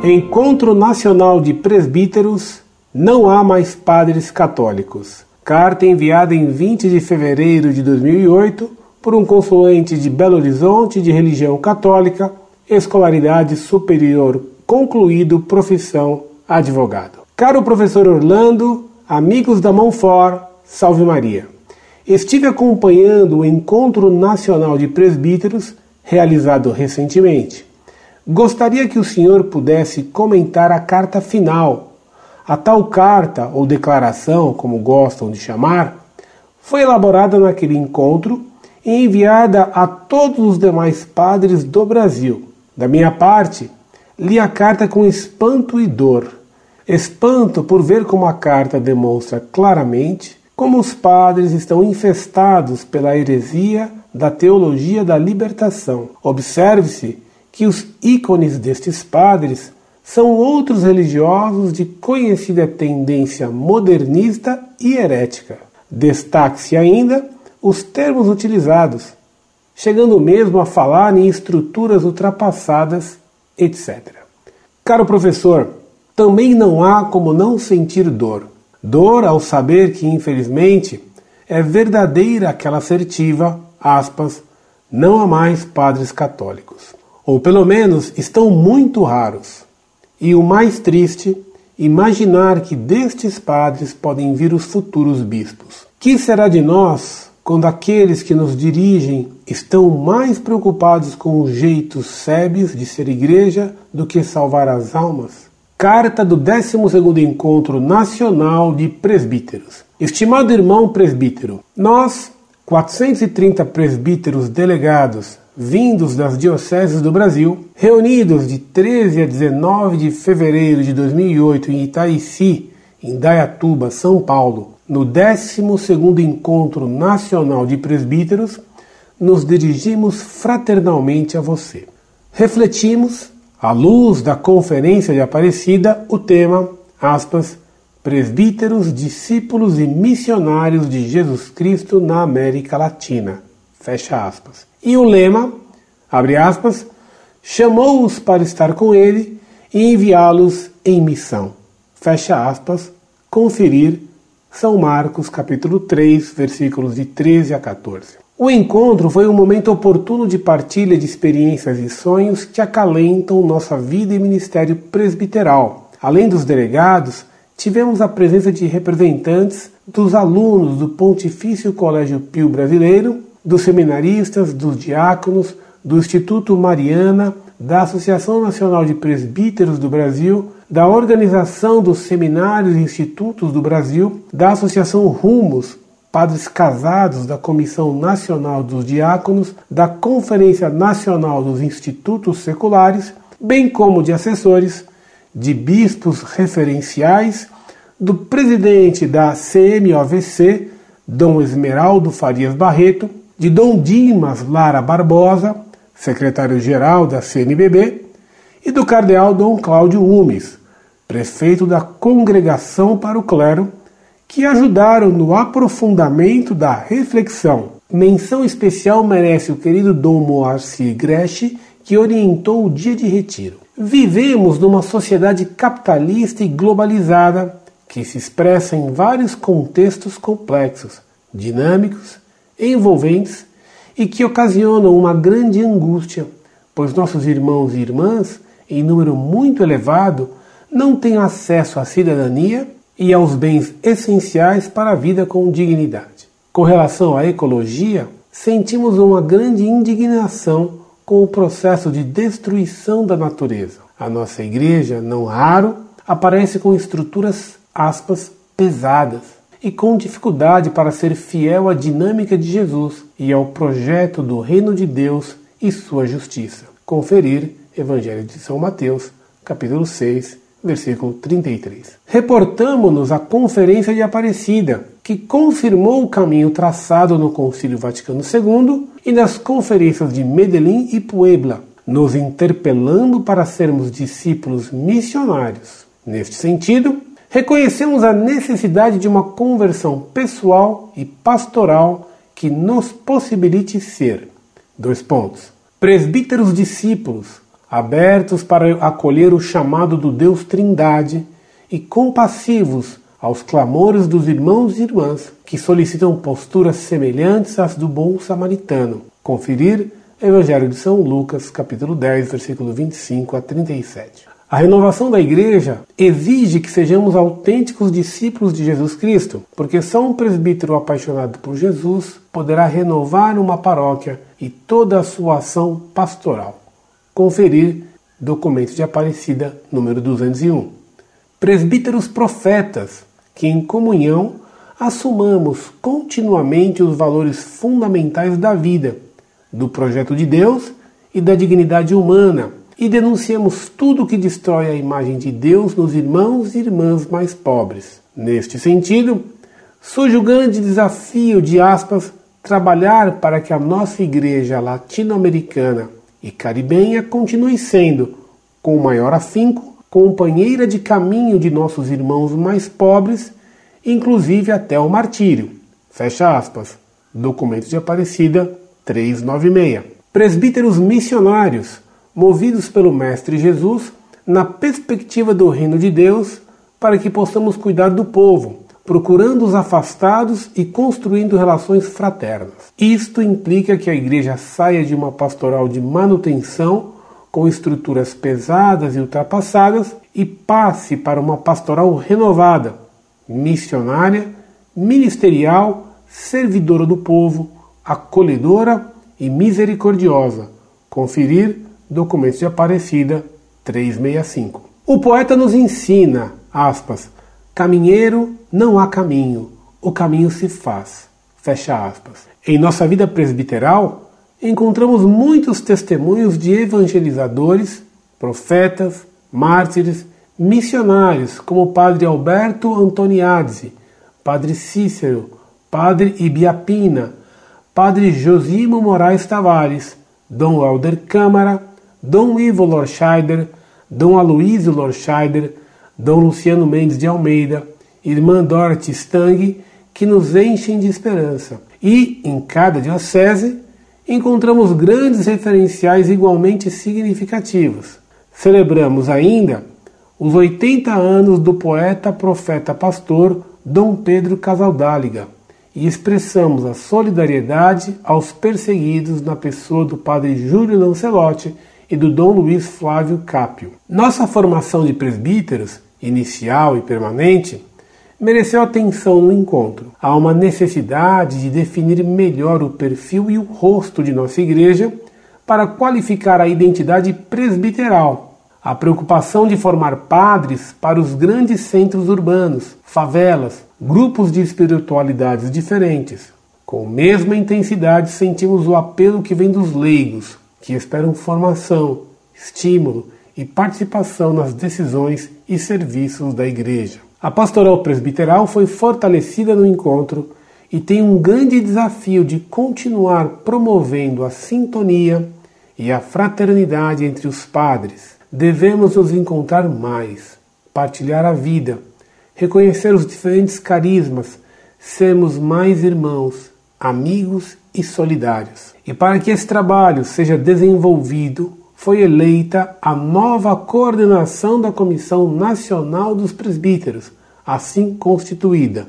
Encontro Nacional de Presbíteros, não há mais padres católicos. Carta enviada em 20 de fevereiro de 2008 por um consulente de Belo Horizonte de religião católica, escolaridade superior concluído, profissão advogado. Caro professor Orlando, amigos da Monfort, salve Maria. Estive acompanhando o Encontro Nacional de Presbíteros, realizado recentemente. Gostaria que o senhor pudesse comentar a carta final. A tal carta, ou declaração, como gostam de chamar, foi elaborada naquele encontro e enviada a todos os demais padres do Brasil. Da minha parte, li a carta com espanto e dor. Espanto por ver como a carta demonstra claramente como os padres estão infestados pela heresia da teologia da libertação. Observe-se que os ícones destes padres são outros religiosos de conhecida tendência modernista e herética. Destaque-se ainda os termos utilizados, chegando mesmo a falar em estruturas ultrapassadas, etc. Caro professor, também não há como não sentir dor. Dor ao saber que, infelizmente, é verdadeira aquela assertiva, aspas, não há mais padres católicos. Ou pelo menos estão muito raros. E o mais triste, imaginar que destes padres podem vir os futuros bispos. Que será de nós quando aqueles que nos dirigem estão mais preocupados com os jeitos sébios de ser igreja do que salvar as almas? Carta do 12º Encontro Nacional de Presbíteros. Estimado irmão presbítero, nós, 430 presbíteros delegados vindos das dioceses do Brasil, reunidos de 13 a 19 de fevereiro de 2008 em Itaici, em Dayatuba, São Paulo, no 12º Encontro Nacional de Presbíteros, nos dirigimos fraternalmente a você. Refletimos, à luz da Conferência de Aparecida, o tema, aspas, Presbíteros, discípulos e missionários de Jesus Cristo na América Latina, fecha aspas. E o lema, abre aspas, chamou-os para estar com ele e enviá-los em missão, fecha aspas, conferir São Marcos capítulo 3, versículos de 13 a 14. O encontro foi um momento oportuno de partilha de experiências e sonhos que acalentam nossa vida e ministério presbiteral. Além dos delegados, tivemos a presença de representantes dos alunos do Pontifício Colégio Pio Brasileiro, dos seminaristas, dos diáconos, do Instituto Mariana, da Associação Nacional de Presbíteros do Brasil, da Organização dos Seminários e Institutos do Brasil, da Associação Rumos, padres casados da Comissão Nacional dos Diáconos, da Conferência Nacional dos Institutos Seculares, bem como de assessores, de bispos referenciais, do presidente da CMOVC, Dom Esmeraldo Farias Barreto, de Dom Dimas Lara Barbosa, secretário-geral da CNBB, e do cardeal Dom Cláudio Umes, prefeito da Congregação para o Clero, que ajudaram no aprofundamento da reflexão. Menção especial merece o querido Dom Moacir Greche, que orientou o dia de retiro. Vivemos numa sociedade capitalista e globalizada que se expressa em vários contextos complexos, dinâmicos, envolventes e que ocasionam uma grande angústia, pois nossos irmãos e irmãs, em número muito elevado, não têm acesso à cidadania e aos bens essenciais para a vida com dignidade. Com relação à ecologia, sentimos uma grande indignação com o processo de destruição da natureza. A nossa igreja, não raro, aparece com estruturas, aspas, pesadas e com dificuldade para ser fiel à dinâmica de Jesus e ao projeto do Reino de Deus e sua justiça. Conferir Evangelho de São Mateus, capítulo 6, versículo 33. Reportamo-nos à Conferência de Aparecida, que confirmou o caminho traçado no Concílio Vaticano II e nas conferências de Medellín e Puebla, nos interpelando para sermos discípulos missionários. Neste sentido, reconhecemos a necessidade de uma conversão pessoal e pastoral que nos possibilite ser, presbíteros discípulos, abertos para acolher o chamado do Deus Trindade e compassivos aos clamores dos irmãos e irmãs que solicitam posturas semelhantes às do bom samaritano. Conferir Evangelho de São Lucas, capítulo 10, versículo 25 a 37. A renovação da Igreja exige que sejamos autênticos discípulos de Jesus Cristo, porque só um presbítero apaixonado por Jesus poderá renovar uma paróquia e toda a sua ação pastoral. Conferir Documento de Aparecida, número 201. Presbíteros profetas, que em comunhão assumamos continuamente os valores fundamentais da vida, do projeto de Deus e da dignidade humana, e denunciamos tudo que destrói a imagem de Deus nos irmãos e irmãs mais pobres. Neste sentido, surge o grande desafio de, aspas, trabalhar para que a nossa igreja latino-americana e caribenha continue sendo, com maior afinco, companheira de caminho de nossos irmãos mais pobres, inclusive até o martírio. Fecha aspas. Documento de Aparecida 396. Presbíteros missionários, movidos pelo Mestre Jesus, na perspectiva do reino de Deus, para que possamos cuidar do povo, procurando os afastados e construindo relações fraternas. Isto implica que a Igreja saia de uma pastoral de manutenção, com estruturas pesadas e ultrapassadas, e passe para uma pastoral renovada, missionária, ministerial, servidora do povo, acolhedora e misericordiosa. Conferir Documento de Aparecida 365. O poeta nos ensina, aspas, caminheiro, não há caminho, o caminho se faz. Fecha aspas. Em nossa vida presbiteral, encontramos muitos testemunhos de evangelizadores, profetas, mártires, missionários, como o padre Alberto Antoniadze, padre Cícero, padre Ibiapina, padre Josimo Moraes Tavares, Dom Helder Câmara, Dom Ivo Lorscheider, Dom Aloísio Lorscheider, Dom Luciano Mendes de Almeida, Irmã Dorothy Stang, que nos enchem de esperança. E, em cada diocese, encontramos grandes referenciais igualmente significativos. Celebramos ainda os 80 anos do poeta, profeta, pastor Dom Pedro Casaldáliga e expressamos a solidariedade aos perseguidos na pessoa do padre Júlio Lancelotti e do Dom Luiz Flávio Cápio. Nossa formação de presbíteros, inicial e permanente, mereceu atenção no encontro. Há uma necessidade de definir melhor o perfil e o rosto de nossa igreja para qualificar a identidade presbiteral. A preocupação de formar padres para os grandes centros urbanos, favelas, grupos de espiritualidades diferentes. Com a mesma intensidade sentimos o apelo que vem dos leigos, que esperam formação, estímulo e participação nas decisões e serviços da Igreja. A pastoral presbiteral foi fortalecida no encontro e tem um grande desafio de continuar promovendo a sintonia e a fraternidade entre os padres. Devemos nos encontrar mais, partilhar a vida, reconhecer os diferentes carismas, sermos mais irmãos, amigos e solidários. E para que esse trabalho seja desenvolvido, foi eleita a nova coordenação da Comissão Nacional dos Presbíteros, assim constituída.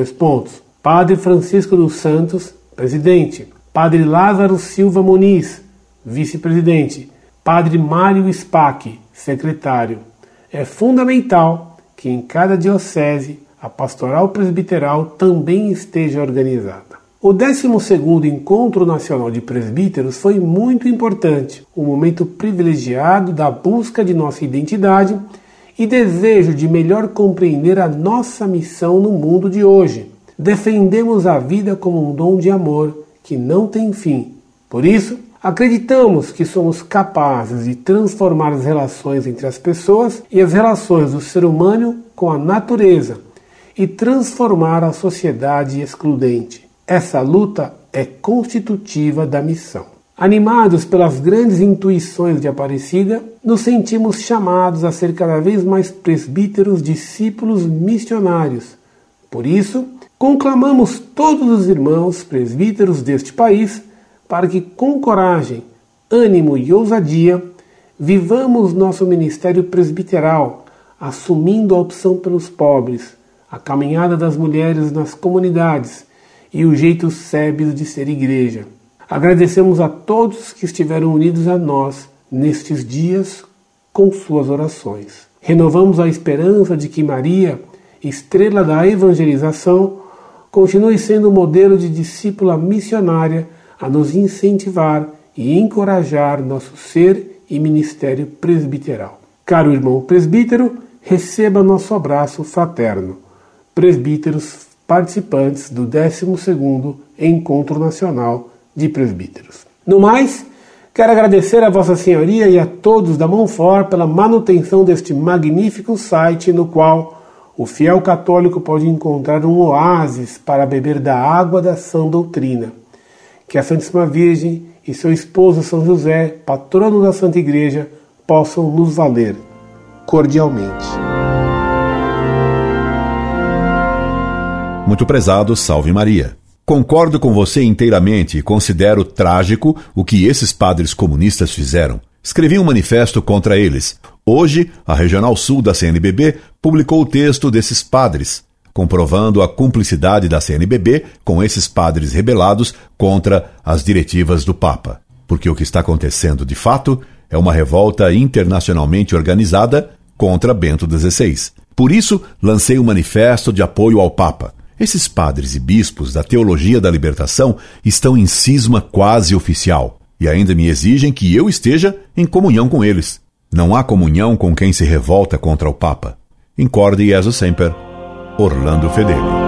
Padre Francisco dos Santos, presidente. Padre Lázaro Silva Muniz, vice-presidente. Padre Mário Spack, secretário. É fundamental que em cada diocese a pastoral presbiteral também esteja organizada. O 12º Encontro Nacional de Presbíteros foi muito importante, um momento privilegiado da busca de nossa identidade e desejo de melhor compreender a nossa missão no mundo de hoje. Defendemos a vida como um dom de amor que não tem fim. Por isso, acreditamos que somos capazes de transformar as relações entre as pessoas e as relações do ser humano com a natureza e transformar a sociedade excludente. Essa luta é constitutiva da missão. Animados pelas grandes intuições de Aparecida, nos sentimos chamados a ser cada vez mais presbíteros, discípulos missionários. Por isso, conclamamos todos os irmãos presbíteros deste país para que, com coragem, ânimo e ousadia, Vivamos nosso ministério presbiteral, assumindo a opção pelos pobres, a caminhada das mulheres nas comunidades e o jeito sébio de ser igreja. Agradecemos a todos que estiveram unidos a nós nestes dias com suas orações. Renovamos a esperança de que Maria, estrela da evangelização, continue sendo modelo de discípula missionária a nos incentivar e encorajar nosso ser e ministério presbiteral. Caro irmão presbítero, receba nosso abraço fraterno. Presbíteros participantes do 12º Encontro Nacional de Presbíteros. No mais, quero agradecer a Vossa Senhoria e a todos da Monfort pela manutenção deste magnífico site no qual o fiel católico pode encontrar um oásis para beber da água da sã doutrina. Que a Santíssima Virgem e seu esposo São José, patrono da Santa Igreja, possam nos valer cordialmente. Muito prezado, salve Maria. Concordo com você inteiramente e considero trágico o que esses padres comunistas fizeram. Escrevi um manifesto contra eles. Hoje, a Regional Sul da CNBB publicou o texto desses padres, comprovando a cumplicidade da CNBB com esses padres rebelados contra as diretivas do Papa. Porque o que está acontecendo, de fato, é uma revolta internacionalmente organizada contra Bento XVI. Por isso, lancei um manifesto de apoio ao Papa. Esses padres e bispos da Teologia da Libertação estão em cisma quase oficial e ainda me exigem que eu esteja em comunhão com eles. Não há comunhão com quem se revolta contra o Papa. Incorde Jesus Semper, Orlando Fedeli.